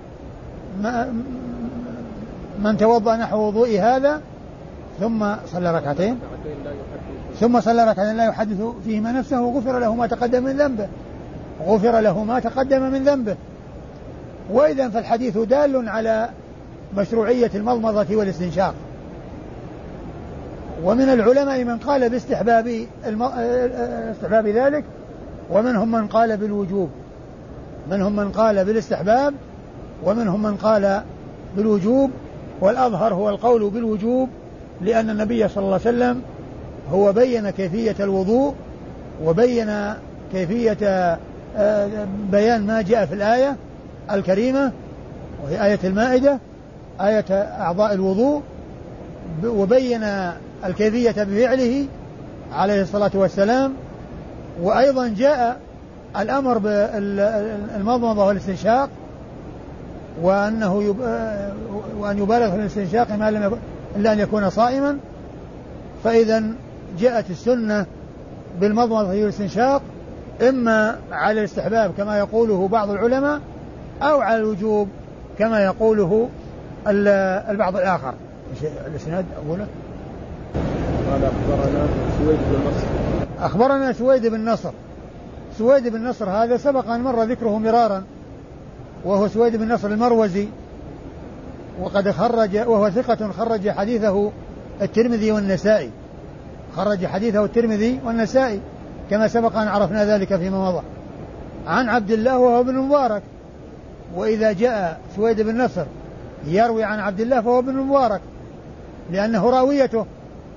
من توضأ نحو وضوء هذا ثم صلى ركعتين ثم صلى ركعتين لا يحدث فيهما نفسه غفر له ما تقدم من ذنبه غفر له ما تقدم من ذنبه. وإذا فالحديث دال على مشروعية المضمضة والاستنشاق. ومن العلماء من قال باستحباب استحباب ذلك، ومنهم من قال بالوجوب، منهم من قال بالاستحباب ومنهم من قال بالوجوب، والأظهر هو القول بالوجوب، لأن النبي صلى الله عليه وسلم هو بين كيفية الوضوء وبين كيفية بيان ما جاء في الآية الكريمة وهي آية المائدة، آية أعضاء الوضوء، وبين الكيفية بفعله عليه الصلاة والسلام. وأيضا جاء الأمر بالمضمضة والاستنشاق، وأنه يب... وأن يبالغ في الاستنشاق ما لم يكن إلا أن يكون صائما. فإذا جاءت السنة بالمضمضة والاستنشاق إما على الاستحباب كما يقوله بعض العلماء، أو على الوجوب كما يقوله البعض الآخر. الإسناد أولا قال أخبرنا سويد بن نصر أخبرنا سويد بن نصر سويد بن نصر هذا سبق أن مر ذكره مرارا، وهو سويد بن نصر المروزي، وقد خرج وهو ثقة خرج حديثه الترمذي والنسائي خرج حديثه الترمذي والنسائي كما سبق أن عرفنا ذلك فيما مضى. عن عبد الله وهو ابن المبارك، وإذا جاء سويد بن نصر يروي عن عبد الله فهو ابن المبارك لأنه راويته،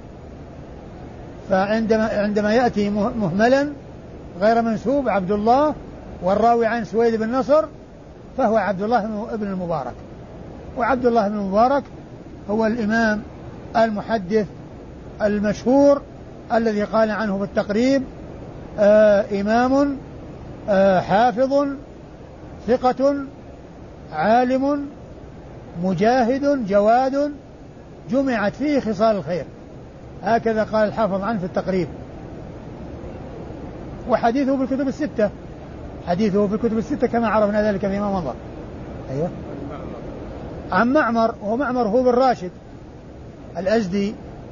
فعندما عندما يأتي مهملا غير منسوب عبد الله والراوي عن سويد بن نصر فهو عبد الله بن المبارك. وعبد الله بن المبارك هو الإمام المحدث المشهور الذي قال عنه بالتقريب آه إمام آه حافظ ثقة عالم مجاهد جواد جمعت فيه خصال الخير، هكذا قال الحافظ عنه في التقريب. وحديثه في الكتب الستة حديثه في الكتب الستة كما عرفنا ذلك فيما مضى. أيوة. عن معمر، وهو معمر هو بن راشد الأزدي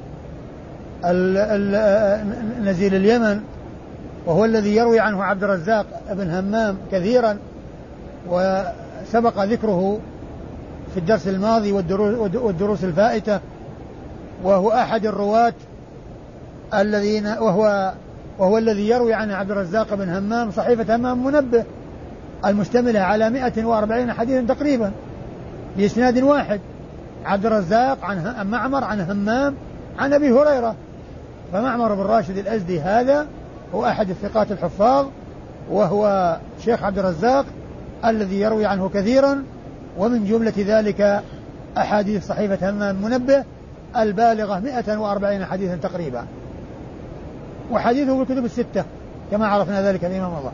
نزيل اليمن، وهو الذي يروي عنه عبد الرزاق بن همام كثيرا، وسبق ذكره في الدرس الماضي والدروس الفائتة، وهو أحد الرواة الذين وهو وهو الذي يروي عن عبد الرزاق بن همام صحيفة همام منبه المشتملة على مئة وأربعين حديثا تقريبا بإسناد واحد، عبد الرزاق عن معمر عن همام عن أبي هريرة. فمعمر بن راشد الأزدي هذا هو أحد الثقات الحفاظ، وهو شيخ عبد الرزاق الذي يروي عنه كثيرا، ومن جملة ذلك أحاديث صحيفة همام منبه البالغة مئة وأربعين حديثا تقريبا، وحديثه في الكتب الستة كما عرفنا ذلك الإمام الله.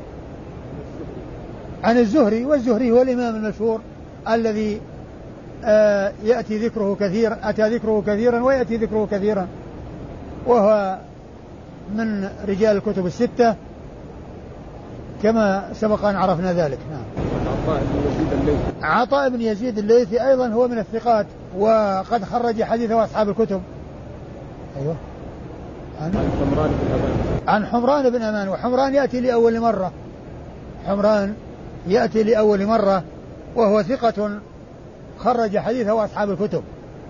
عن الزهري، والزهري هو الإمام المشهور الذي آه يأتي ذكره كثير أتى ذكره كثيرا ويأتي ذكره كثيرا، وهو من رجال الكتب الستة كما سبق أن عرفنا ذلك. نعم. عطاء بن يزيد الليثي أيضا هو من الثقات، وقد خرج حديثه أصحاب الكتب. أيوه. عن حمران بن أمان عن حمران بن أمان وحمران يأتي لأول مرة حمران يأتي لأول مرة وهو ثقة خرج حديثه أصحاب الكتب.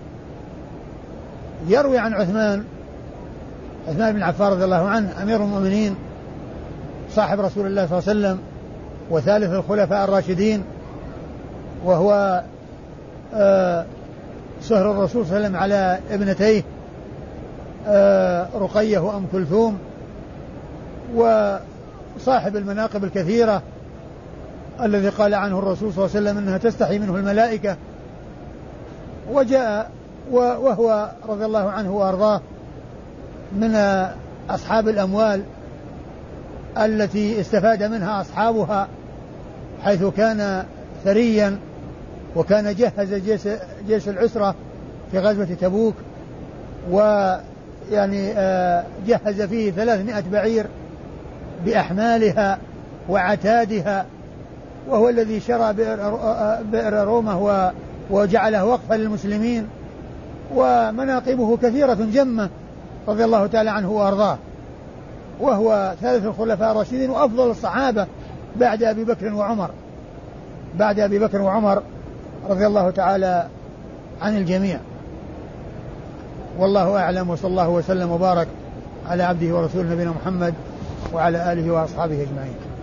يروي عن عثمان عثمان بن عفان رضي الله عنه أمير المؤمنين صاحب رسول الله صلى الله عليه وسلم وثالث الخلفاء الراشدين، وهو آه سهر الرسول صلى الله عليه وسلم على ابنتيه آه رقية وأم كلثوم، وصاحب المناقب الكثيرة الذي قال عنه الرسول صلى الله عليه وسلم أنها تستحي منه الملائكة. وجاء وهو رضي الله عنه وأرضاه من أصحاب الأموال التي استفاد منها أصحابها، حيث كان ثريا وكان جهز جيش, جيش العسرة في غزوة تبوك، ويعني جهز فيه ثلاثمائة بعير بأحمالها وعتادها، وهو الذي شرى بئر رومة وجعله وقفا للمسلمين. ومناقبه كثيرة جمة رضي الله تعالى عنه وأرضاه، وهو ثالث الخلفاء الراشدين وأفضل الصحابة بعد أبي بكر وعمر بعد أبي بكر وعمر رضي الله تعالى عن الجميع. والله أعلم، وصلى الله وسلم وبارك على عبده ورسوله نبينا محمد وعلى آله وأصحابه أجمعين.